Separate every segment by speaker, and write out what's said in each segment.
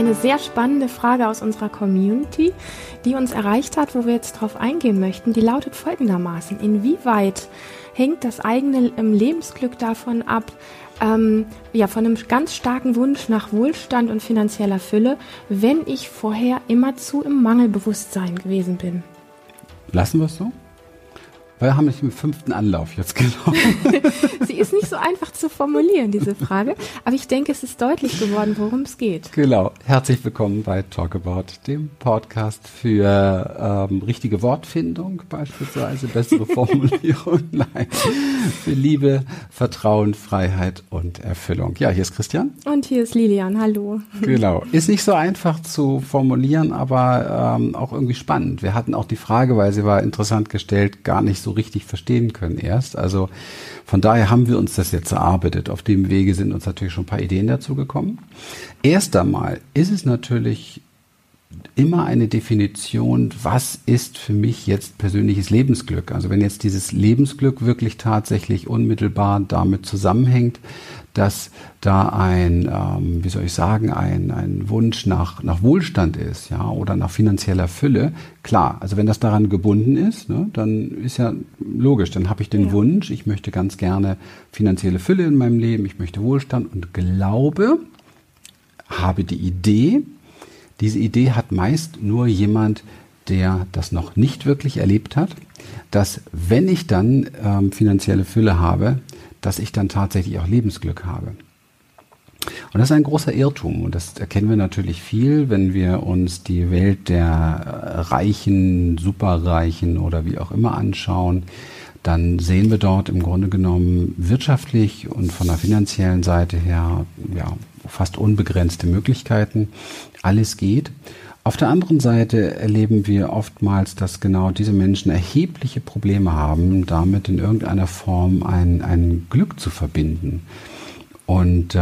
Speaker 1: eine sehr spannende Frage aus unserer Community, die uns erreicht hat, wo wir jetzt drauf eingehen möchten. Die lautet folgendermaßen: Inwieweit hängt das eigene Lebensglück davon ab, von einem ganz starken Wunsch nach Wohlstand und finanzieller Fülle, wenn ich vorher immerzu im Mangelbewusstsein gewesen bin?
Speaker 2: Lassen wir es so? Weil wir haben nicht im 5. Anlauf jetzt genommen.
Speaker 1: Sie ist nicht so einfach zu formulieren, diese Frage. Aber ich denke, es ist deutlich geworden, worum es geht.
Speaker 2: Genau. Herzlich willkommen bei Talk About, dem Podcast für richtige Wortfindung beispielsweise, bessere Formulierung, nein, für Liebe, Vertrauen, Freiheit und Erfüllung. Ja, hier ist Christian.
Speaker 1: Und hier ist Lilian. Hallo.
Speaker 2: Genau. Ist nicht so einfach zu formulieren, aber auch irgendwie spannend. Wir hatten auch die Frage, weil sie war interessant gestellt, gar nicht so richtig verstehen können erst. Also von daher haben wir uns das jetzt erarbeitet. Auf dem Wege sind uns natürlich schon ein paar Ideen dazu gekommen. Erst einmal ist es natürlich immer eine Definition, was ist für mich jetzt persönliches Lebensglück? Also wenn jetzt dieses Lebensglück wirklich tatsächlich unmittelbar damit zusammenhängt, dass da ein Wunsch nach Wohlstand ist, ja, oder nach finanzieller Fülle. Klar, also wenn das daran gebunden ist, ne, dann ist ja logisch, dann habe ich den Wunsch, ich möchte ganz gerne finanzielle Fülle in meinem Leben, ich möchte Wohlstand und habe die Idee. Diese Idee hat meist nur jemand, der das noch nicht wirklich erlebt hat, dass wenn ich dann finanzielle Fülle habe, dass ich dann tatsächlich auch Lebensglück habe. Und das ist ein großer Irrtum und das erkennen wir natürlich viel, wenn wir uns die Welt der Reichen, Superreichen oder wie auch immer anschauen. Dann sehen wir dort im Grunde genommen wirtschaftlich und von der finanziellen Seite her fast unbegrenzte Möglichkeiten. Alles geht. Auf der anderen Seite erleben wir oftmals, dass genau diese Menschen erhebliche Probleme haben, damit in irgendeiner Form ein Glück zu verbinden. Und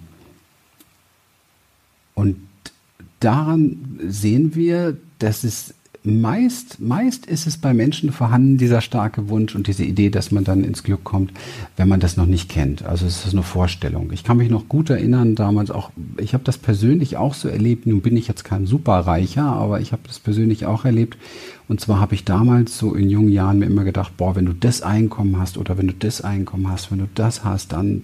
Speaker 2: daran sehen wir, dass es meist ist es bei Menschen vorhanden, dieser starke Wunsch und diese Idee, dass man dann ins Glück kommt, wenn man das noch nicht kennt. Also es ist eine Vorstellung. Ich kann mich noch gut erinnern, damals auch, ich habe das persönlich auch so erlebt, nun bin ich jetzt kein Superreicher, aber ich habe das persönlich auch erlebt. Und zwar habe ich damals so in jungen Jahren mir immer gedacht, wenn du das Einkommen hast oder wenn du das Einkommen hast, wenn du das hast, dann,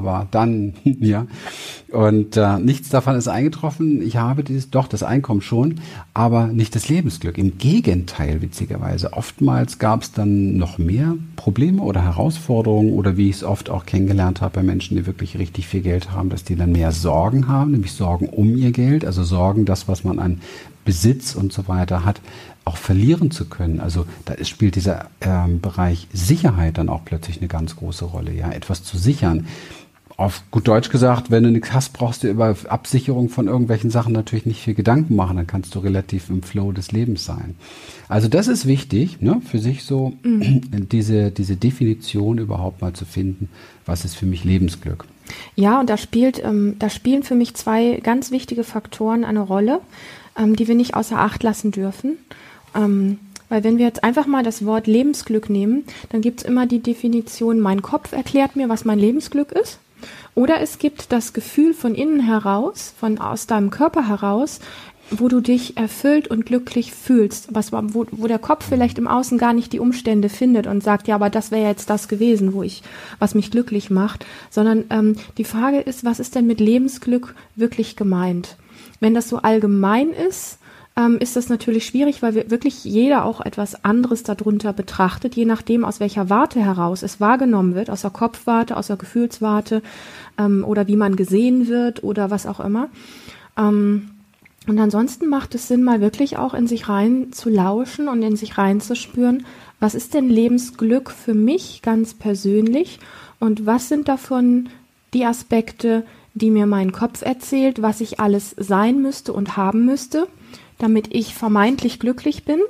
Speaker 2: ja. Und nichts davon ist eingetroffen. Ich habe das Einkommen schon, aber nicht das Lebensglück. Im Gegenteil, witzigerweise. Oftmals gab es dann noch mehr Probleme oder Herausforderungen oder wie ich es oft auch kennengelernt habe bei Menschen, die wirklich richtig viel Geld haben, dass die dann mehr Sorgen haben, nämlich Sorgen um ihr Geld, also Sorgen, das, was man an Besitz und so weiter hat, auch verlieren zu können. Also da spielt dieser Bereich Sicherheit dann auch plötzlich eine ganz große Rolle, ja, etwas zu sichern. Auf gut Deutsch gesagt, wenn du nichts hast, brauchst du über Absicherung von irgendwelchen Sachen natürlich nicht viel Gedanken machen, dann kannst du relativ im Flow des Lebens sein. Also das ist wichtig, ne, für sich so diese Definition überhaupt mal zu finden, was ist für mich Lebensglück.
Speaker 1: Ja, und da spielen für mich zwei ganz wichtige Faktoren eine Rolle, die wir nicht außer Acht lassen dürfen. Weil wenn wir jetzt einfach mal das Wort Lebensglück nehmen, dann gibt es immer die Definition, mein Kopf erklärt mir, was mein Lebensglück ist. Oder es gibt das Gefühl von innen heraus, aus deinem Körper heraus, wo du dich erfüllt und glücklich fühlst, wo der Kopf vielleicht im Außen gar nicht die Umstände findet und sagt, ja, aber das wäre jetzt das gewesen, was mich glücklich macht, sondern die Frage ist, was ist denn mit Lebensglück wirklich gemeint? Wenn das so allgemein ist das natürlich schwierig, weil wirklich jeder auch etwas anderes darunter betrachtet, je nachdem, aus welcher Warte heraus es wahrgenommen wird, aus der Kopfwarte, aus der Gefühlswarte oder wie man gesehen wird oder was auch immer. Und ansonsten macht es Sinn, mal wirklich auch in sich rein zu lauschen und in sich rein zu spüren, was ist denn Lebensglück für mich ganz persönlich und was sind davon die Aspekte, die mir mein Kopf erzählt, was ich alles sein müsste und haben müsste, damit ich vermeintlich glücklich bin.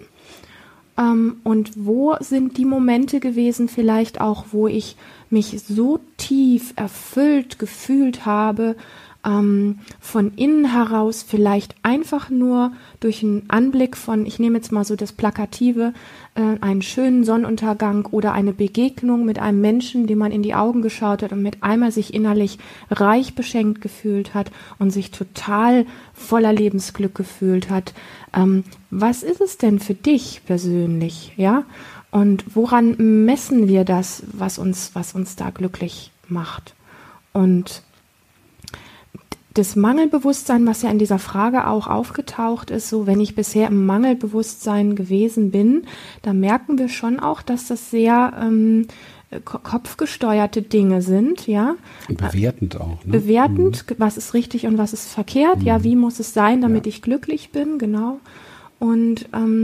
Speaker 1: Und wo sind die Momente gewesen vielleicht auch, wo ich mich so tief erfüllt gefühlt habe, von innen heraus vielleicht einfach nur durch einen Anblick von, ich nehme jetzt mal so das Plakative, einen schönen Sonnenuntergang oder eine Begegnung mit einem Menschen, dem man in die Augen geschaut hat und mit einmal sich innerlich reich beschenkt gefühlt hat und sich total voller Lebensglück gefühlt hat. Was ist es denn für dich persönlich, ja? Und woran messen wir das, was uns da glücklich macht? Und das Mangelbewusstsein, was ja in dieser Frage auch aufgetaucht ist, so wenn ich bisher im Mangelbewusstsein gewesen bin, da merken wir schon auch, dass das sehr kopfgesteuerte Dinge sind, ja.
Speaker 2: Bewertend auch. Ne?
Speaker 1: Bewertend, was ist richtig und was ist verkehrt, ja, wie muss es sein, damit ich glücklich bin, genau. Und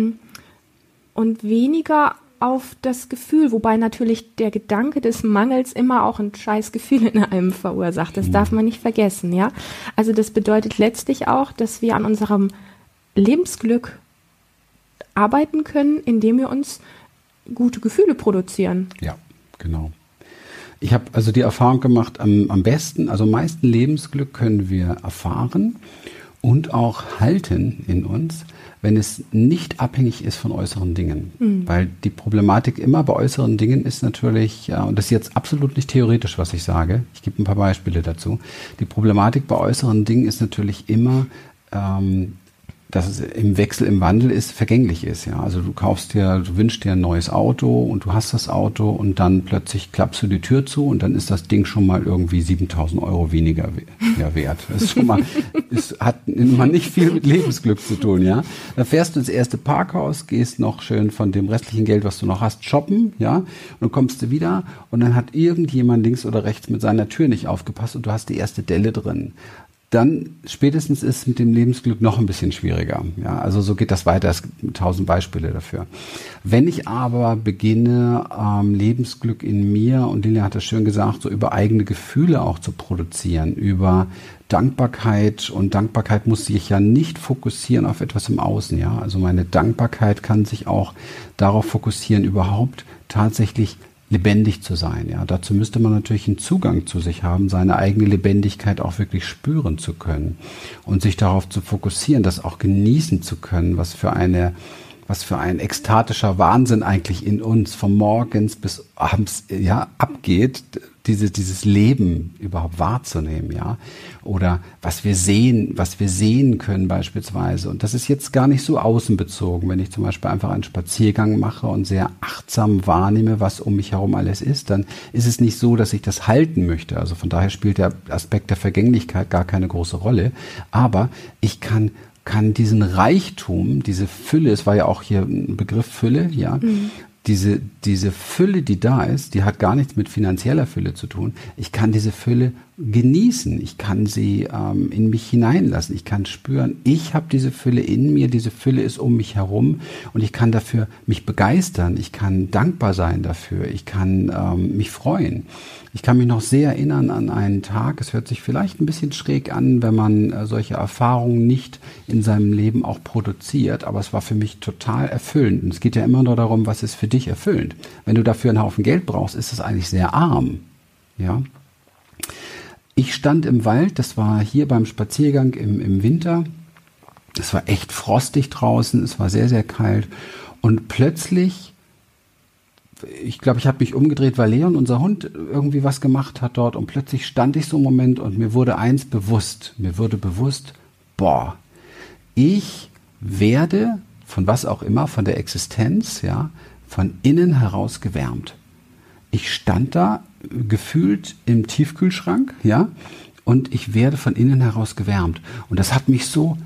Speaker 1: weniger auf das Gefühl, wobei natürlich der Gedanke des Mangels immer auch ein scheiß Gefühl in einem verursacht. Das darf man nicht vergessen, ja. Also das bedeutet letztlich auch, dass wir an unserem Lebensglück arbeiten können, indem wir uns gute Gefühle produzieren.
Speaker 2: Ja, genau. Ich habe also die Erfahrung gemacht, am besten, also am meisten Lebensglück können wir erfahren und auch halten in uns, wenn es nicht abhängig ist von äußeren Dingen. Weil die Problematik immer bei äußeren Dingen ist natürlich, und das ist jetzt absolut nicht theoretisch, was ich sage, ich gebe ein paar Beispiele dazu, die Problematik bei äußeren Dingen ist natürlich immer, dass es im Wechsel, im Wandel ist, vergänglich ist. Ja? Also du wünschst dir ein neues Auto und du hast das Auto und dann plötzlich klappst du die Tür zu und dann ist das Ding schon mal irgendwie 7.000 Euro weniger wert. Das ist schon mal, hat immer nicht viel mit Lebensglück zu tun. Ja? Da fährst du ins erste Parkhaus, gehst noch schön von dem restlichen Geld, was du noch hast, shoppen, ja, und dann kommst du wieder und dann hat irgendjemand links oder rechts mit seiner Tür nicht aufgepasst und du hast die erste Delle drin. Dann spätestens ist es mit dem Lebensglück noch ein bisschen schwieriger. Ja, also so geht das weiter. Es gibt 1000 Beispiele dafür. Wenn ich aber beginne, Lebensglück in mir, und Lilian hat das schön gesagt, so über eigene Gefühle auch zu produzieren, über Dankbarkeit, und Dankbarkeit muss sich ja nicht fokussieren auf etwas im Außen. Ja, also meine Dankbarkeit kann sich auch darauf fokussieren, überhaupt tatsächlich lebendig zu sein. Ja, dazu müsste man natürlich einen Zugang zu sich haben, seine eigene Lebendigkeit auch wirklich spüren zu können und sich darauf zu fokussieren, das auch genießen zu können, was für ein ekstatischer Wahnsinn eigentlich in uns von morgens bis abends abgeht, dieses Leben überhaupt wahrzunehmen, ja, oder was wir sehen können beispielsweise. Und das ist jetzt gar nicht so außenbezogen, wenn ich zum Beispiel einfach einen Spaziergang mache und sehr achtsam wahrnehme, was um mich herum alles ist, dann ist es nicht so, dass ich das halten möchte. Also von daher spielt der Aspekt der Vergänglichkeit gar keine große Rolle. Aber ich kann diesen Reichtum, diese Fülle, es war ja auch hier ein Begriff Fülle, ja, diese Fülle, die da ist, die hat gar nichts mit finanzieller Fülle zu tun. Ich kann diese Fülle genießen, ich kann sie in mich hineinlassen, ich kann spüren, ich habe diese Fülle in mir, diese Fülle ist um mich herum und ich kann dafür mich begeistern, ich kann dankbar sein dafür, ich kann mich freuen. Ich kann mich noch sehr erinnern an einen Tag, es hört sich vielleicht ein bisschen schräg an, wenn man solche Erfahrungen nicht in seinem Leben auch produziert, aber es war für mich total erfüllend. Und es geht ja immer nur darum, was ist für dich erfüllend. Wenn du dafür einen Haufen Geld brauchst, ist es eigentlich sehr arm. Ja. Ich stand im Wald, das war hier beim Spaziergang im Winter, es war echt frostig draußen, es war sehr, sehr kalt und plötzlich, ich glaube, ich habe mich umgedreht, weil Leon, unser Hund, irgendwie was gemacht hat dort und plötzlich stand ich so einen Moment und mir wurde bewusst, boah, ich werde von was auch immer, von der Existenz, ja, von innen heraus gewärmt. Ich stand da gefühlt im Tiefkühlschrank, ja, und ich werde von innen heraus gewärmt. Und das hat mich so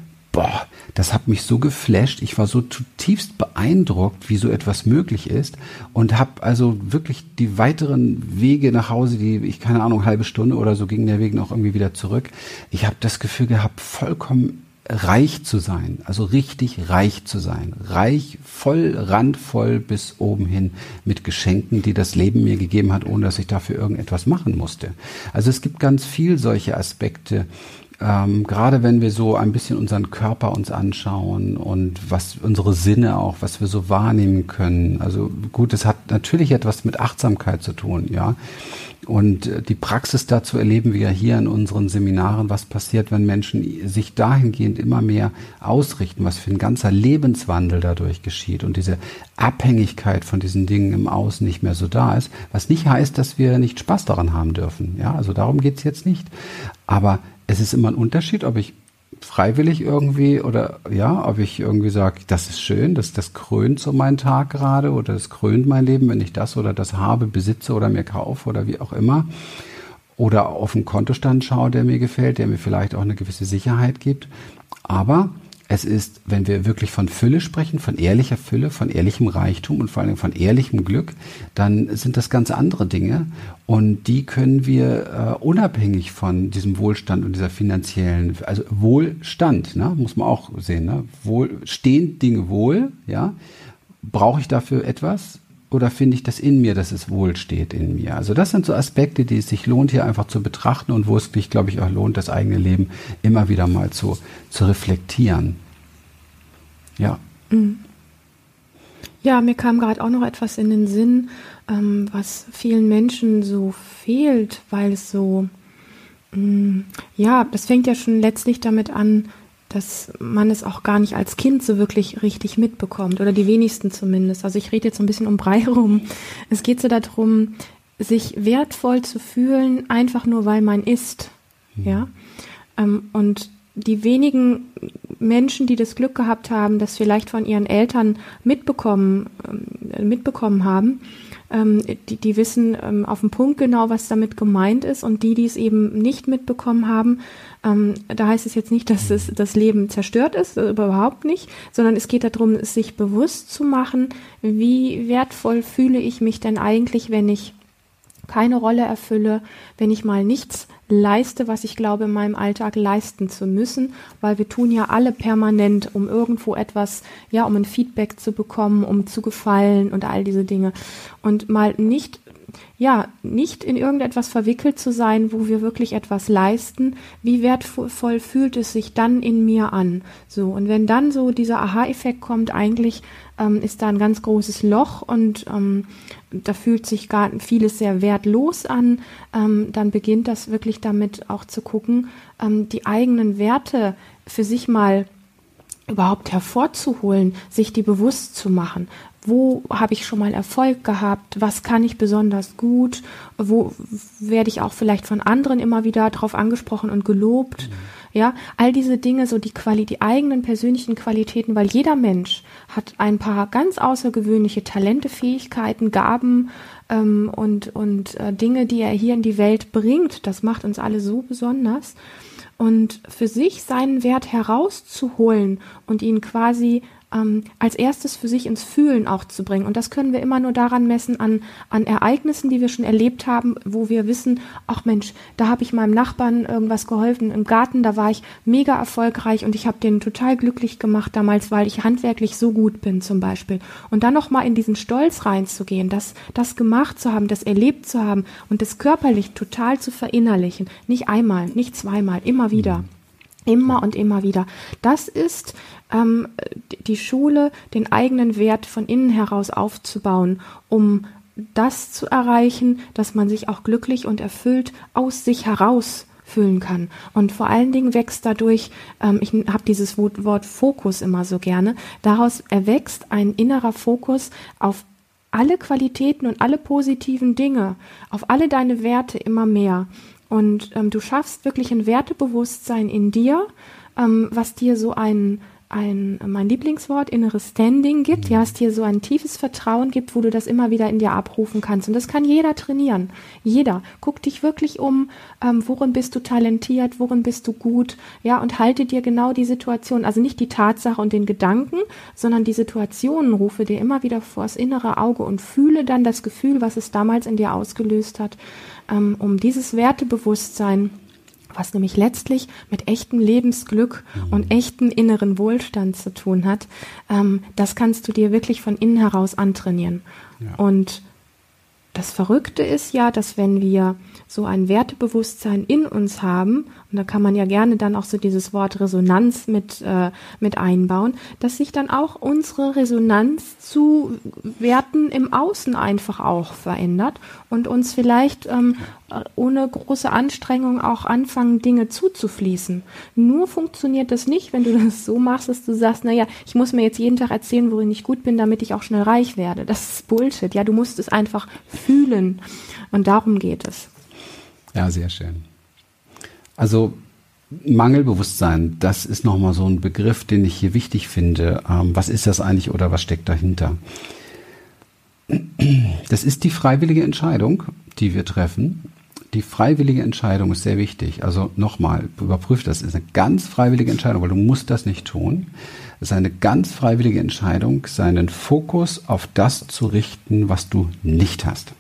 Speaker 2: geflasht. Ich war so zutiefst beeindruckt, wie so etwas möglich ist und habe also wirklich die weiteren Wege nach Hause, keine Ahnung, halbe Stunde oder so ging der Weg noch irgendwie wieder zurück. Ich habe das Gefühl gehabt, vollkommen reich zu sein, also richtig reich zu sein. Reich, voll, randvoll bis oben hin mit Geschenken, die das Leben mir gegeben hat, ohne dass ich dafür irgendetwas machen musste. Also es gibt ganz viel solche Aspekte, gerade wenn wir so ein bisschen unseren Körper uns anschauen und was unsere Sinne auch, was wir so wahrnehmen können. Also gut, es hat natürlich etwas mit Achtsamkeit zu tun, ja. Und die Praxis dazu erleben wir ja hier in unseren Seminaren, was passiert, wenn Menschen sich dahingehend immer mehr ausrichten, was für ein ganzer Lebenswandel dadurch geschieht und diese Abhängigkeit von diesen Dingen im Außen nicht mehr so da ist, was nicht heißt, dass wir nicht Spaß daran haben dürfen. Ja, also darum geht's jetzt nicht. Aber es ist immer ein Unterschied, ob ich freiwillig irgendwie oder ja, ob ich irgendwie sage, das ist schön, das krönt so meinen Tag gerade oder das krönt mein Leben, wenn ich das oder das habe, besitze oder mir kaufe oder wie auch immer. Oder auf einen Kontostand schaue, der mir gefällt, der mir vielleicht auch eine gewisse Sicherheit gibt. Aber es ist, wenn wir wirklich von Fülle sprechen, von ehrlicher Fülle, von ehrlichem Reichtum und vor allem von ehrlichem Glück, dann sind das ganz andere Dinge und die können wir unabhängig von diesem Wohlstand und dieser finanziellen, also Wohlstand, ne, muss man auch sehen, ne, stehen Dinge wohl, ja, brauche ich dafür etwas? Oder finde ich das in mir, dass es wohl steht in mir? Also das sind so Aspekte, die es sich lohnt, hier einfach zu betrachten und wo es sich, glaube ich, auch lohnt, das eigene Leben immer wieder mal zu reflektieren. Ja.
Speaker 1: Ja, mir kam gerade auch noch etwas in den Sinn, was vielen Menschen so fehlt, weil es so, ja, das fängt ja schon letztlich damit an, dass man es auch gar nicht als Kind so wirklich richtig mitbekommt oder die wenigsten zumindest. Also ich rede jetzt so ein bisschen um Brei rum. Es geht so darum, sich wertvoll zu fühlen, einfach nur weil man ist. Ja? Und die wenigen Menschen, die das Glück gehabt haben, das vielleicht von ihren Eltern mitbekommen haben, die wissen auf den Punkt genau, was damit gemeint ist, und die es eben nicht mitbekommen haben, da heißt es jetzt nicht, dass das Leben zerstört ist, überhaupt nicht, sondern es geht darum, es sich bewusst zu machen, wie wertvoll fühle ich mich denn eigentlich, wenn ich keine Rolle erfülle, wenn ich mal nichts leiste, was ich glaube, in meinem Alltag leisten zu müssen, weil wir tun ja alle permanent, um irgendwo etwas, ja, um ein Feedback zu bekommen, um zu gefallen und all diese Dinge. Und mal nicht in irgendetwas verwickelt zu sein, wo wir wirklich etwas leisten, wie wertvoll fühlt es sich dann in mir an? So, und wenn dann so dieser Aha-Effekt kommt, eigentlich ist da ein ganz großes Loch und da fühlt sich gar vieles sehr wertlos an, dann beginnt das wirklich damit auch zu gucken, die eigenen Werte für sich mal überhaupt hervorzuholen, sich die bewusst zu machen. Wo habe ich schon mal Erfolg gehabt? Was kann ich besonders gut? Wo werde ich auch vielleicht von anderen immer wieder drauf angesprochen und gelobt? Ja, all diese Dinge, so die eigenen persönlichen Qualitäten, weil jeder Mensch hat ein paar ganz außergewöhnliche Talente, Fähigkeiten, Gaben und Dinge, die er hier in die Welt bringt. Das macht uns alle so besonders. Und für sich seinen Wert herauszuholen und ihn quasi als erstes für sich ins Fühlen auch zu bringen. Und das können wir immer nur daran messen, an Ereignissen, die wir schon erlebt haben, wo wir wissen, ach Mensch, da habe ich meinem Nachbarn irgendwas geholfen im Garten, da war ich mega erfolgreich und ich habe den total glücklich gemacht damals, weil ich handwerklich so gut bin zum Beispiel. Und dann nochmal in diesen Stolz reinzugehen, das gemacht zu haben, das erlebt zu haben und das körperlich total zu verinnerlichen. Nicht einmal, nicht zweimal, immer wieder. Immer und immer wieder. Das ist die Schule, den eigenen Wert von innen heraus aufzubauen, um das zu erreichen, dass man sich auch glücklich und erfüllt aus sich heraus fühlen kann. Und vor allen Dingen wächst dadurch, ich habe dieses Wort Fokus immer so gerne, daraus erwächst ein innerer Fokus auf alle Qualitäten und alle positiven Dinge, auf alle deine Werte immer mehr. Und du schaffst wirklich ein Wertebewusstsein in dir, was dir so mein Lieblingswort, inneres Standing gibt, ja, es dir so ein tiefes Vertrauen gibt, wo du das immer wieder in dir abrufen kannst. Und das kann jeder trainieren. Jeder. Guck dich wirklich um, worin bist du talentiert, worin bist du gut, ja, und halte dir genau die Situation, also nicht die Tatsache und den Gedanken, sondern die Situationen rufe dir immer wieder vors innere Auge und fühle dann das Gefühl, was es damals in dir ausgelöst hat, um dieses Wertebewusstsein, was nämlich letztlich mit echtem Lebensglück und echtem inneren Wohlstand zu tun hat, das kannst du dir wirklich von innen heraus antrainieren. Ja. Und das Verrückte ist ja, dass wenn wir so ein Wertebewusstsein in uns haben, und da kann man ja gerne dann auch so dieses Wort Resonanz mit einbauen, dass sich dann auch unsere Resonanz zu Werten im Außen einfach auch verändert und uns vielleicht ohne große Anstrengung auch anfangen, Dinge zuzufließen. Nur funktioniert das nicht, wenn du das so machst, dass du sagst, naja, ich muss mir jetzt jeden Tag erzählen, worin ich gut bin, damit ich auch schnell reich werde. Das ist Bullshit. Ja, du musst es einfach fühlen. Und darum geht es.
Speaker 2: Ja, sehr schön. Also Mangelbewusstsein, das ist nochmal so ein Begriff, den ich hier wichtig finde. Was ist das eigentlich oder was steckt dahinter? Das ist die freiwillige Entscheidung, die wir treffen. Die freiwillige Entscheidung ist sehr wichtig. Also nochmal, überprüf das. Ist eine ganz freiwillige Entscheidung, weil du musst das nicht tun. Es ist eine ganz freiwillige Entscheidung, seinen Fokus auf das zu richten, was du nicht hast.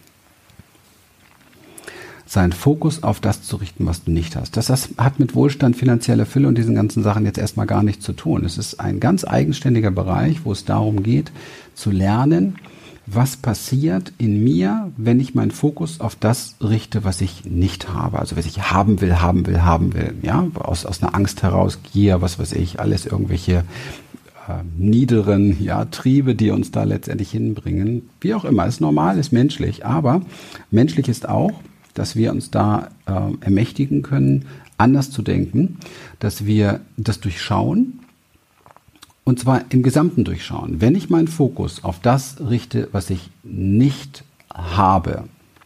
Speaker 2: Seinen Fokus auf das zu richten, was du nicht hast. Das hat mit Wohlstand, finanzieller Fülle und diesen ganzen Sachen jetzt erstmal gar nichts zu tun. Es ist ein ganz eigenständiger Bereich, wo es darum geht, zu lernen, was passiert in mir, wenn ich meinen Fokus auf das richte, was ich nicht habe. Also was ich haben will. Ja, aus einer Angst heraus, Gier, was weiß ich, alles irgendwelche niederen Triebe, die uns da letztendlich hinbringen. Wie auch immer, ist normal, ist menschlich. Aber menschlich ist auch, dass wir uns da ermächtigen können, anders zu denken, dass wir das durchschauen, und zwar im Gesamten durchschauen. Wenn ich meinen Fokus auf das richte, was ich nicht habe,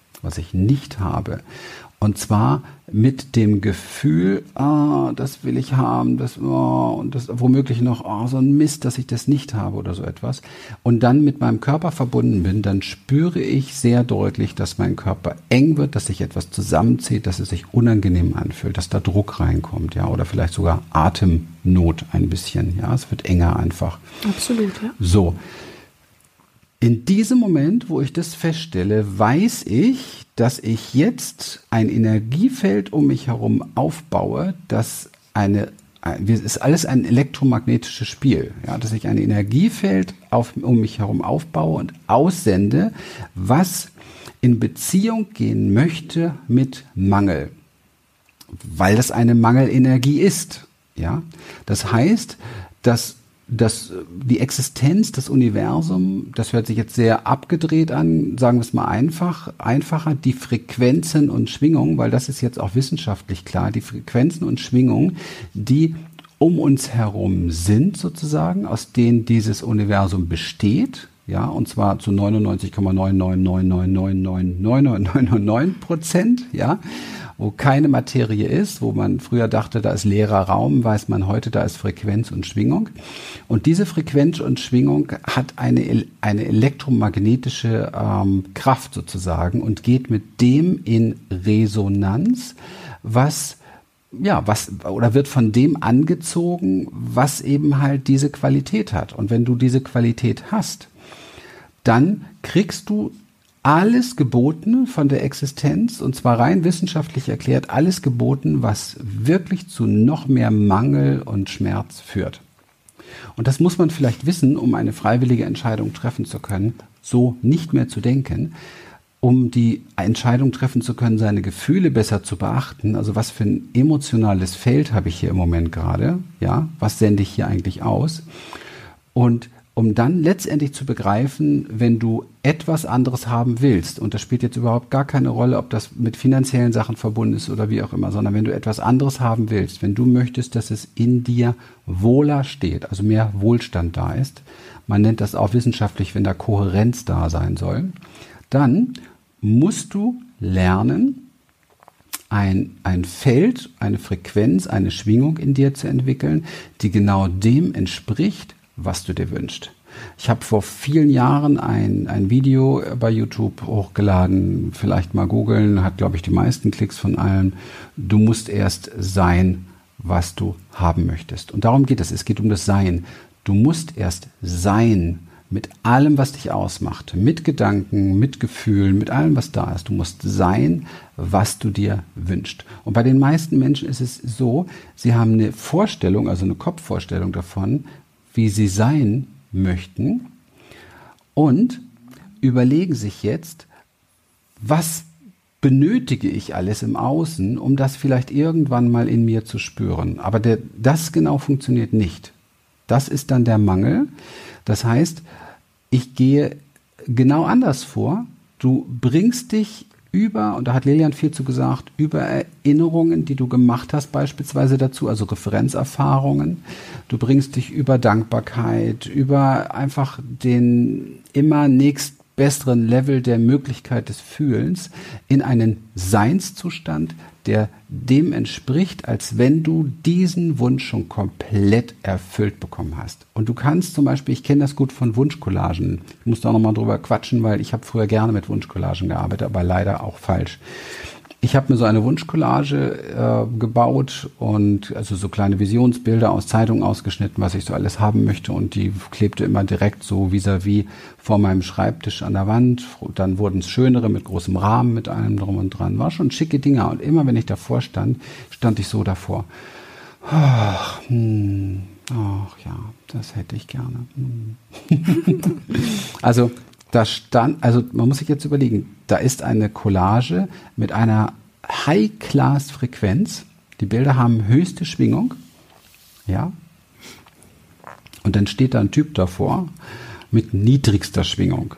Speaker 2: und zwar mit dem Gefühl, das will ich haben, und das womöglich noch, so ein Mist, dass ich das nicht habe oder so etwas, und dann mit meinem Körper verbunden bin, dann spüre ich sehr deutlich, dass mein Körper eng wird, dass sich etwas zusammenzieht, dass es sich unangenehm anfühlt, dass da Druck reinkommt, ja, oder vielleicht sogar Atemnot ein bisschen, ja, es wird enger einfach.
Speaker 1: Absolut, ja.
Speaker 2: So. In diesem Moment, wo ich das feststelle, weiß ich, dass ich jetzt ein Energiefeld um mich herum aufbaue, das ist alles ein elektromagnetisches Spiel, ja, dass ich ein Energiefeld um mich herum aufbaue und aussende, was in Beziehung gehen möchte mit Mangel, weil das eine Mangelenergie ist, ja. Das heißt, dass die Existenz, das Universum, das hört sich jetzt sehr abgedreht an, sagen wir es mal einfacher, die Frequenzen und Schwingungen, weil das ist jetzt auch wissenschaftlich klar, die Frequenzen und Schwingungen, die um uns herum sind sozusagen, aus denen dieses Universum besteht, ja, und zwar zu 99,999999999%, ja, wo keine Materie ist, wo man früher dachte, da ist leerer Raum, weiß man heute, da ist Frequenz und Schwingung. Und diese Frequenz und Schwingung hat eine elektromagnetische Kraft sozusagen und geht mit dem in Resonanz, wird von dem angezogen, was eben halt diese Qualität hat. Und wenn du diese Qualität hast, dann kriegst du alles geboten von der Existenz, und zwar rein wissenschaftlich erklärt, alles geboten, was wirklich zu noch mehr Mangel und Schmerz führt. Und das muss man vielleicht wissen, um eine freiwillige Entscheidung treffen zu können, so nicht mehr zu denken, um die Entscheidung treffen zu können, seine Gefühle besser zu beachten. Also was für ein emotionales Feld habe ich hier im Moment gerade, ja, was sende ich hier eigentlich aus? Und um dann letztendlich zu begreifen, wenn du etwas anderes haben willst, und das spielt jetzt überhaupt gar keine Rolle, ob das mit finanziellen Sachen verbunden ist oder wie auch immer, sondern wenn du etwas anderes haben willst, wenn du möchtest, dass es in dir wohler steht, also mehr Wohlstand da ist, man nennt das auch wissenschaftlich, wenn da Kohärenz da sein soll, dann musst du lernen, ein Feld, eine Frequenz, eine Schwingung in dir zu entwickeln, die genau dem entspricht, was du dir wünschst. Ich habe vor vielen Jahren ein Video bei YouTube hochgeladen, vielleicht mal googeln, hat, glaube ich, die meisten Klicks von allen. Du musst erst sein, was du haben möchtest. Und darum geht es. Es geht um das Sein. Du musst erst sein mit allem, was dich ausmacht, mit Gedanken, mit Gefühlen, mit allem, was da ist. Du musst sein, was du dir wünschst. Und bei den meisten Menschen ist es so, sie haben eine Vorstellung, also eine Kopfvorstellung davon, wie sie sein möchten, und überlegen sich jetzt, was benötige ich alles im Außen, um das vielleicht irgendwann mal in mir zu spüren. Aber das genau funktioniert nicht. Das ist dann der Mangel. Das heißt, ich gehe genau anders vor. Du bringst dich über, und da hat Lilian viel zu gesagt, über Erinnerungen, die du gemacht hast, beispielsweise dazu, also Referenzerfahrungen. Du bringst dich über Dankbarkeit, über einfach den immer nächstbesseren Level der Möglichkeit des Fühlens in einen Seinszustand, der dem entspricht, als wenn du diesen Wunsch schon komplett erfüllt bekommen hast. Und du kannst zum Beispiel, ich kenne das gut von Wunschcollagen, ich muss da nochmal drüber quatschen, weil ich habe früher gerne mit Wunschcollagen gearbeitet, aber leider auch falsch. Ich habe mir so eine Wunschcollage gebaut und also so kleine Visionsbilder aus Zeitungen ausgeschnitten, was ich so alles haben möchte, und die klebte immer direkt so vis-à-vis vor meinem Schreibtisch an der Wand. Dann wurden es schönere mit großem Rahmen, mit allem drum und dran. War schon schicke Dinger, und immer wenn ich davor stand, stand ich so davor. Ach ja, das hätte ich gerne. Also man muss sich jetzt überlegen, da ist eine Collage mit einer High-Class-Frequenz. Die Bilder haben höchste Schwingung. Ja. Und dann steht da ein Typ davor mit niedrigster Schwingung.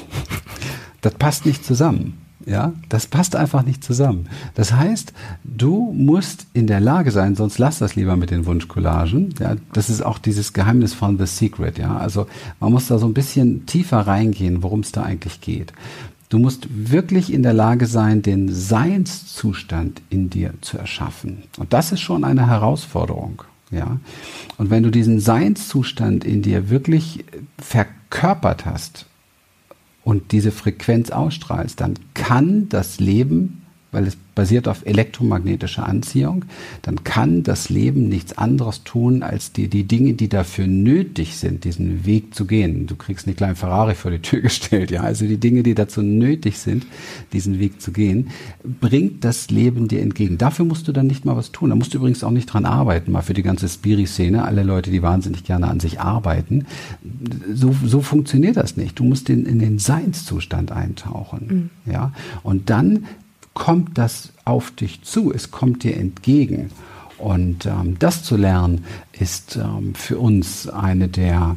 Speaker 2: Das passt nicht zusammen. Ja, das passt einfach nicht zusammen. Das heißt, du musst in der Lage sein, sonst lass das lieber mit den Wunschcollagen. Ja, das ist auch dieses Geheimnis von The Secret. Ja, also man muss da so ein bisschen tiefer reingehen, worum es da eigentlich geht. Du musst wirklich in der Lage sein, den Seinszustand in dir zu erschaffen. Und das ist schon eine Herausforderung. Ja, und wenn du diesen Seinszustand in dir wirklich verkörpert hast und diese Frequenz ausstrahlst, dann kann das Leben, weil es basiert auf elektromagnetischer Anziehung, dann kann das Leben nichts anderes tun, als die Dinge, die dafür nötig sind, diesen Weg zu gehen. Du kriegst einen kleinen Ferrari vor die Tür gestellt, ja. Also die Dinge, die dazu nötig sind, diesen Weg zu gehen, bringt das Leben dir entgegen. Dafür musst du dann nicht mal was tun. Da musst du übrigens auch nicht dran arbeiten, mal für die ganze Spiri-Szene, alle Leute, die wahnsinnig gerne an sich arbeiten. So funktioniert das nicht. Du musst in den Seinszustand eintauchen, ja. Und dann kommt das auf dich zu, es kommt dir entgegen. Und das zu lernen, ist für uns eine der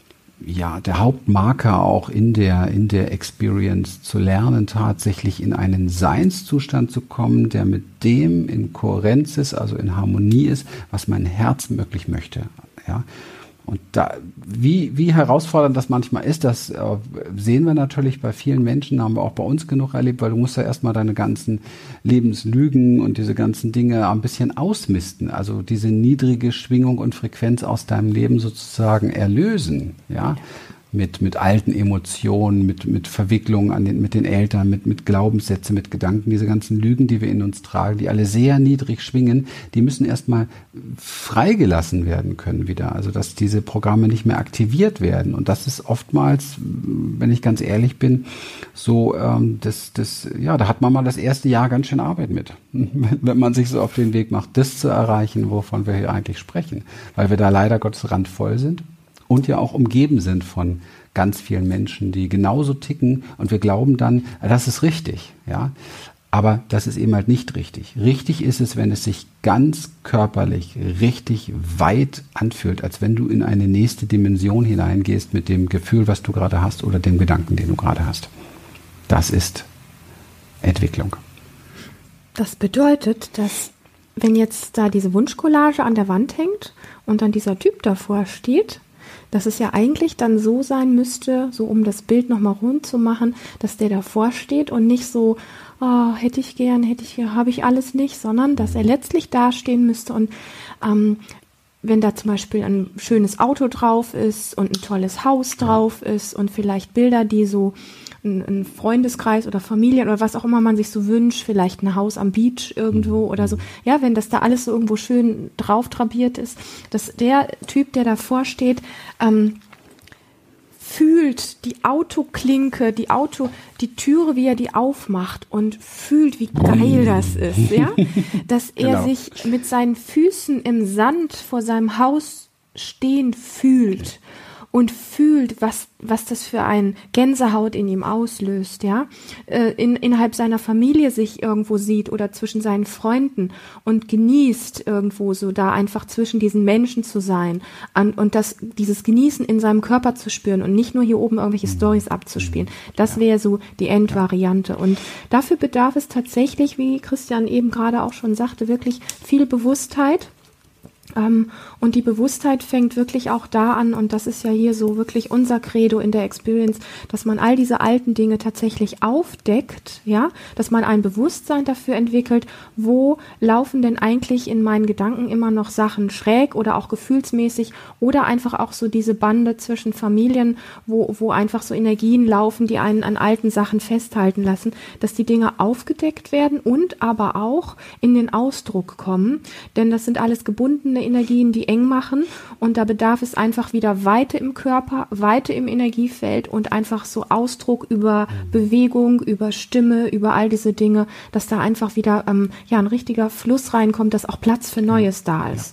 Speaker 2: Hauptmarker auch in der Experience, zu lernen, tatsächlich in einen Seinszustand zu kommen, der mit dem in Kohärenz ist, also in Harmonie ist, was mein Herz wirklich möchte. Ja. Und da, wie herausfordernd das manchmal ist, das sehen wir natürlich bei vielen Menschen, haben wir auch bei uns genug erlebt, weil du musst ja erstmal deine ganzen Lebenslügen und diese ganzen Dinge ein bisschen ausmisten, also diese niedrige Schwingung und Frequenz aus deinem Leben sozusagen erlösen, ja, mit alten Emotionen, mit Verwicklungen mit den Eltern, mit Glaubenssätzen, mit Gedanken, diese ganzen Lügen, die wir in uns tragen, die alle sehr niedrig schwingen, die müssen erstmal freigelassen werden können wieder, also dass diese Programme nicht mehr aktiviert werden. Und das ist oftmals, wenn ich ganz ehrlich bin, so, da hat man mal das erste Jahr ganz schön Arbeit mit, wenn man sich so auf den Weg macht, das zu erreichen, wovon wir hier eigentlich sprechen, weil wir da leider Gottes randvoll sind. Und ja auch umgeben sind von ganz vielen Menschen, die genauso ticken, und wir glauben dann, das ist richtig, ja. Aber das ist eben halt nicht richtig. Richtig ist es, wenn es sich ganz körperlich richtig weit anfühlt, als wenn du in eine nächste Dimension hineingehst mit dem Gefühl, was du gerade hast, oder dem Gedanken, den du gerade hast. Das ist Entwicklung.
Speaker 1: Das bedeutet, dass wenn jetzt da diese Wunschcollage an der Wand hängt und dann dieser Typ davor steht, dass es ja eigentlich dann so sein müsste, so um das Bild nochmal rund zu machen, dass der davor steht und nicht so, oh, hätte ich gern, habe ich alles nicht, sondern dass er letztlich dastehen müsste und wenn da zum Beispiel ein schönes Auto drauf ist und ein tolles Haus drauf ist und vielleicht Bilder, die so ein Freundeskreis oder Familien oder was auch immer man sich so wünscht, vielleicht ein Haus am Beach irgendwo oder so. Ja, wenn das da alles so irgendwo schön drauf drapiert ist, dass der Typ, der davor steht, fühlt die Autoklinke, die Türe, wie er die aufmacht und fühlt, wie geil das ist, ja? Dass er sich mit seinen Füßen im Sand vor seinem Haus stehen fühlt und fühlt, was das für ein Gänsehaut in ihm auslöst, ja, innerhalb seiner Familie sich irgendwo sieht oder zwischen seinen Freunden und genießt irgendwo so da einfach zwischen diesen Menschen zu sein und dieses Genießen in seinem Körper zu spüren und nicht nur hier oben irgendwelche Storys abzuspielen. Das wäre so die Endvariante. Und dafür bedarf es tatsächlich, wie Christian eben gerade auch schon sagte, wirklich viel Bewusstheit. Und die Bewusstheit fängt wirklich auch da an, und das ist ja hier so wirklich unser Credo in der Experience, dass man all diese alten Dinge tatsächlich aufdeckt, ja, dass man ein Bewusstsein dafür entwickelt, wo laufen denn eigentlich in meinen Gedanken immer noch Sachen schräg oder auch gefühlsmäßig oder einfach auch so diese Bande zwischen Familien, wo einfach so Energien laufen, die einen an alten Sachen festhalten lassen, dass die Dinge aufgedeckt werden und aber auch in den Ausdruck kommen, denn das sind alles gebundene Energien, die eng machen, und da bedarf es einfach wieder Weite im Körper, Weite im Energiefeld und einfach so Ausdruck über Bewegung, über Stimme, über all diese Dinge, dass da einfach wieder ein richtiger Fluss reinkommt, dass auch Platz für Neues da ist.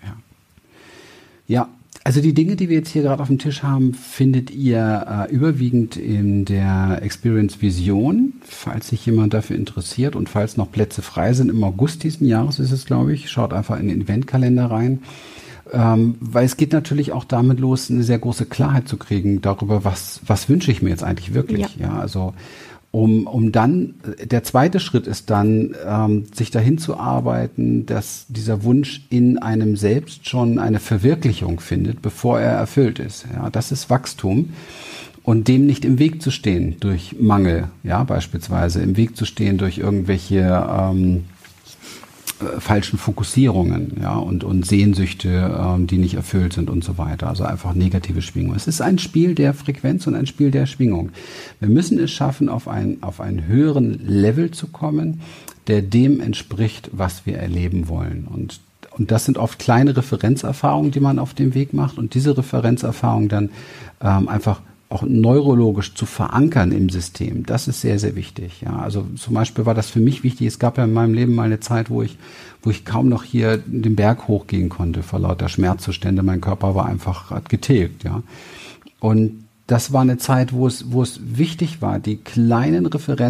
Speaker 2: Ja, also die Dinge, die wir jetzt hier gerade auf dem Tisch haben, findet ihr überwiegend in der Experience Vision, falls sich jemand dafür interessiert und falls noch Plätze frei sind. Im August diesen Jahres ist es, glaube ich. Schaut einfach in den Eventkalender rein. Weil es geht natürlich auch damit los, eine sehr große Klarheit zu kriegen darüber, was wünsche ich mir jetzt eigentlich wirklich. Ja, also um dann, der zweite Schritt ist dann, sich dahin zu arbeiten, dass dieser Wunsch in einem selbst schon eine Verwirklichung findet, bevor er erfüllt ist. Ja, das ist Wachstum. Und dem nicht im Weg zu stehen durch Mangel, ja, beispielsweise im Weg zu stehen durch irgendwelche falschen Fokussierungen, ja, und Sehnsüchte, die nicht erfüllt sind und so weiter. Also einfach negative Schwingung. Es ist ein Spiel der Frequenz und ein Spiel der Schwingung. Wir müssen es schaffen, auf einen höheren Level zu kommen, der dem entspricht, was wir erleben wollen. Und das sind oft kleine Referenzerfahrungen, die man auf dem Weg macht, und diese Referenzerfahrungen dann einfach auch neurologisch zu verankern im System, das ist sehr, sehr wichtig. Ja, also zum Beispiel war das für mich wichtig. Es gab ja in meinem Leben mal eine Zeit, wo ich kaum noch hier den Berg hochgehen konnte vor lauter Schmerzzustände. Mein Körper war einfach getilgt. Ja, und das war eine Zeit, wo es wichtig war, die kleinen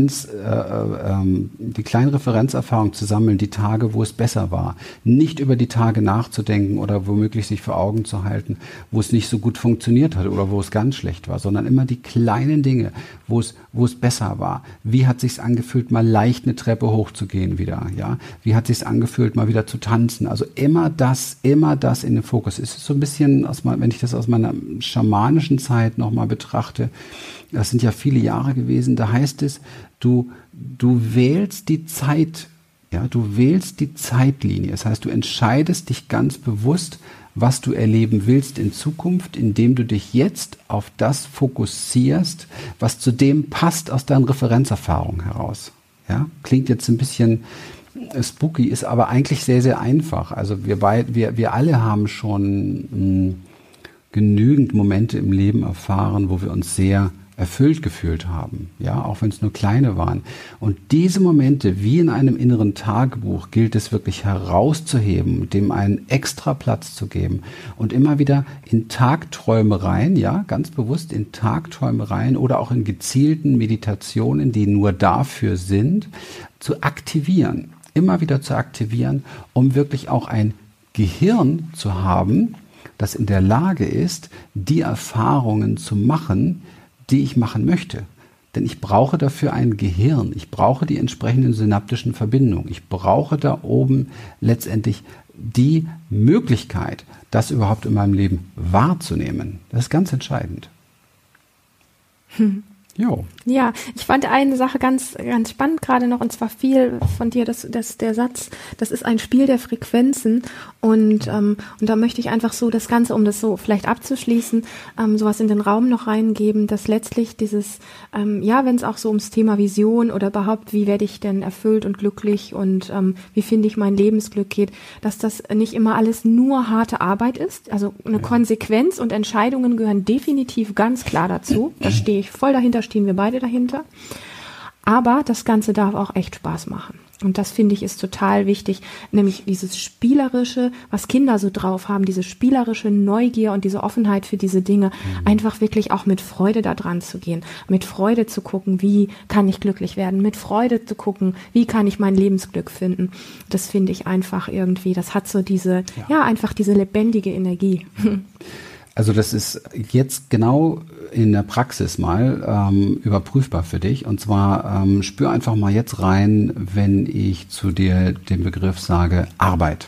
Speaker 2: Referenzerfahrungen zu sammeln, die Tage, wo es besser war. Nicht über die Tage nachzudenken oder womöglich sich vor Augen zu halten, wo es nicht so gut funktioniert hat oder wo es ganz schlecht war, sondern immer die kleinen Dinge, wo es besser war. Wie hat sich's angefühlt, mal leicht eine Treppe hochzugehen wieder, ja? Wie hat sich's angefühlt, mal wieder zu tanzen? Also immer das in den Fokus. Es ist so ein bisschen, wenn ich das aus meiner schamanischen Zeit nochmal betrachte, das sind ja viele Jahre gewesen, da heißt es, du wählst die Zeit, ja, du wählst die Zeitlinie. Das heißt, du entscheidest dich ganz bewusst, was du erleben willst in Zukunft, indem du dich jetzt auf das fokussierst, was zu dem passt aus deinen Referenzerfahrungen heraus. Ja, klingt jetzt ein bisschen spooky, ist aber eigentlich sehr, sehr einfach. Also wir alle haben schon genügend Momente im Leben erfahren, wo wir uns sehr erfüllt gefühlt haben, ja, auch wenn es nur kleine waren. Und diese Momente, wie in einem inneren Tagebuch, gilt es wirklich herauszuheben, dem einen extra Platz zu geben und immer wieder in Tagträumereien, ja, ganz bewusst in Tagträumereien oder auch in gezielten Meditationen, die nur dafür sind, zu aktivieren, immer wieder zu aktivieren, um wirklich auch ein Gehirn zu haben, das in der Lage ist, die Erfahrungen zu machen, die ich machen möchte. Denn ich brauche dafür ein Gehirn. Ich brauche die entsprechenden synaptischen Verbindungen. Ich brauche da oben letztendlich die Möglichkeit, das überhaupt in meinem Leben wahrzunehmen. Das ist ganz entscheidend. Jo.
Speaker 1: Ja, ich fand eine Sache ganz, ganz spannend gerade noch, und zwar viel von dir, der Satz, das ist ein Spiel der Frequenzen, und da möchte ich einfach so das Ganze, um das so vielleicht abzuschließen, sowas in den Raum noch reingeben, dass letztlich dieses, wenn es auch so ums Thema Vision oder überhaupt, wie werde ich denn erfüllt und glücklich und wie finde ich mein Lebensglück geht, dass das nicht immer alles nur harte Arbeit ist, also eine Konsequenz und Entscheidungen gehören definitiv ganz klar dazu, da stehe ich voll dahinter, stehen wir beide dahinter. Aber das Ganze darf auch echt Spaß machen. Und das, finde ich, ist total wichtig, nämlich dieses Spielerische, was Kinder so drauf haben, diese spielerische Neugier und diese Offenheit für diese Dinge, einfach wirklich auch mit Freude da dran zu gehen, mit Freude zu gucken, wie kann ich glücklich werden, mit Freude zu gucken, wie kann ich mein Lebensglück finden. Das finde ich einfach irgendwie, das hat so diese, einfach diese lebendige Energie.
Speaker 2: Also das ist jetzt genau in der Praxis mal überprüfbar für dich. Und zwar spür einfach mal jetzt rein, wenn ich zu dir den Begriff sage Arbeit.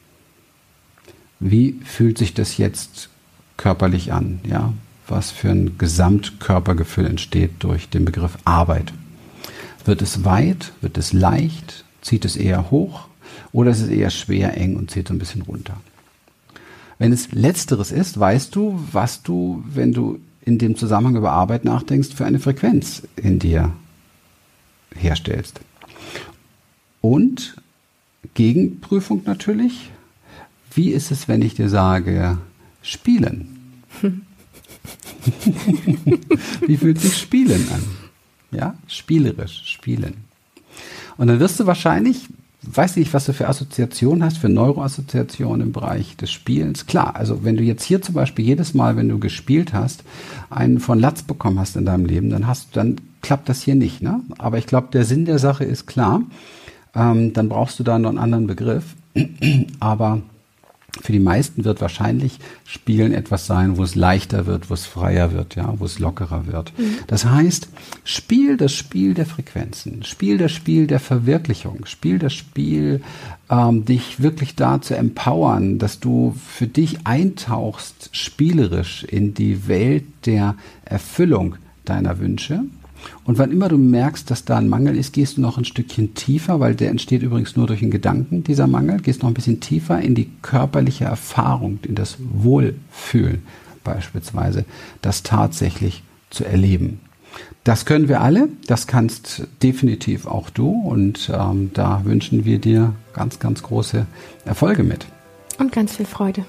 Speaker 2: Wie fühlt sich das jetzt körperlich an? Ja? Was für ein Gesamtkörpergefühl entsteht durch den Begriff Arbeit? Wird es weit? Wird es leicht? Zieht es eher hoch? Oder ist es eher schwer, eng und zieht so ein bisschen runter? Wenn es Letzteres ist, weißt du, was du, wenn du in dem Zusammenhang über Arbeit nachdenkst, für eine Frequenz in dir herstellst. Und Gegenprüfung natürlich, wie ist es, wenn ich dir sage, spielen? Wie fühlt sich Spielen an? Ja, spielerisch, spielen. Und dann wirst du wahrscheinlich, weiß nicht, was du für Assoziationen hast, für Neuroassoziationen im Bereich des Spielens. Klar, also wenn du jetzt hier zum Beispiel jedes Mal, wenn du gespielt hast, einen von Latz bekommen hast in deinem Leben, dann klappt das hier nicht, ne? Aber ich glaube, der Sinn der Sache ist klar. Dann brauchst du da noch einen anderen Begriff. Aber für die meisten wird wahrscheinlich Spielen etwas sein, wo es leichter wird, wo es freier wird, ja, wo es lockerer wird. Das heißt, spiel das Spiel der Frequenzen, spiel das Spiel der Verwirklichung, spiel das Spiel, dich wirklich da zu empowern, dass du für dich eintauchst, spielerisch in die Welt der Erfüllung deiner Wünsche. Und wann immer du merkst, dass da ein Mangel ist, gehst du noch ein Stückchen tiefer, weil der entsteht übrigens nur durch den Gedanken, dieser Mangel, gehst noch ein bisschen tiefer in die körperliche Erfahrung, in das Wohlfühlen beispielsweise, das tatsächlich zu erleben. Das können wir alle, das kannst definitiv auch du und da wünschen wir dir ganz, ganz große Erfolge mit.
Speaker 1: Und ganz viel Freude.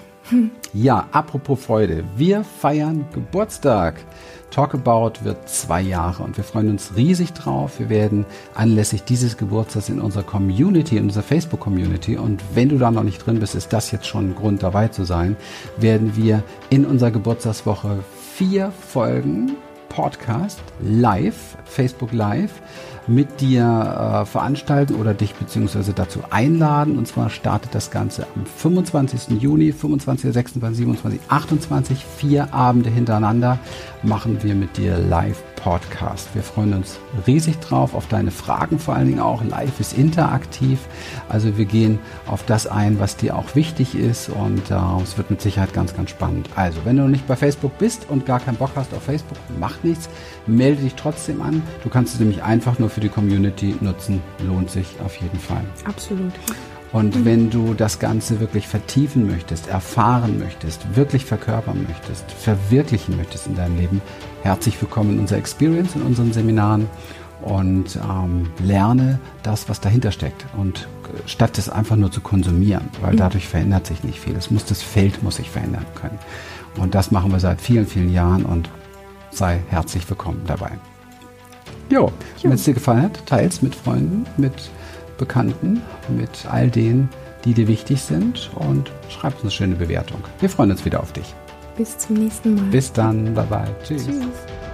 Speaker 2: Ja, apropos Freude, wir feiern Geburtstag. Talkabout wird 2 Jahre und wir freuen uns riesig drauf. Wir werden anlässlich dieses Geburtstags in unserer Community, in unserer Facebook-Community, und wenn du da noch nicht drin bist, ist das jetzt schon ein Grund dabei zu sein, werden wir in unserer Geburtstagswoche 4 Folgen Podcast live, Facebook live, mit dir veranstalten oder dich beziehungsweise dazu einladen. Und zwar startet das Ganze am 25. Juni, 25., 26., 27., 28, 4 Abende hintereinander machen wir mit dir Live-Podcast. Wir freuen uns riesig drauf, auf deine Fragen vor allen Dingen auch. Live ist interaktiv, also wir gehen auf das ein, was dir auch wichtig ist, und es wird mit Sicherheit ganz, ganz spannend. Also, wenn du noch nicht bei Facebook bist und gar keinen Bock hast auf Facebook, macht nichts, melde dich trotzdem an. Du kannst es nämlich einfach nur für die Community nutzen, lohnt sich auf jeden Fall.
Speaker 1: Absolut.
Speaker 2: Und wenn du das Ganze wirklich vertiefen möchtest, erfahren möchtest, wirklich verkörpern möchtest, verwirklichen möchtest in deinem Leben, herzlich willkommen in unserer Experience, in unseren Seminaren, und lerne das, was dahinter steckt, und statt es einfach nur zu konsumieren, weil dadurch verändert sich nicht viel. Das Feld muss sich verändern können. Und das machen wir seit vielen, vielen Jahren, und sei herzlich willkommen dabei. Jo, wenn es dir gefallen hat, teils mit Freunden, mit Bekannten, mit all denen, die dir wichtig sind, und schreib uns eine schöne Bewertung. Wir freuen uns wieder auf dich.
Speaker 1: Bis zum nächsten Mal.
Speaker 2: Bis dann, bye bye. Tschüss.
Speaker 1: Tschüss.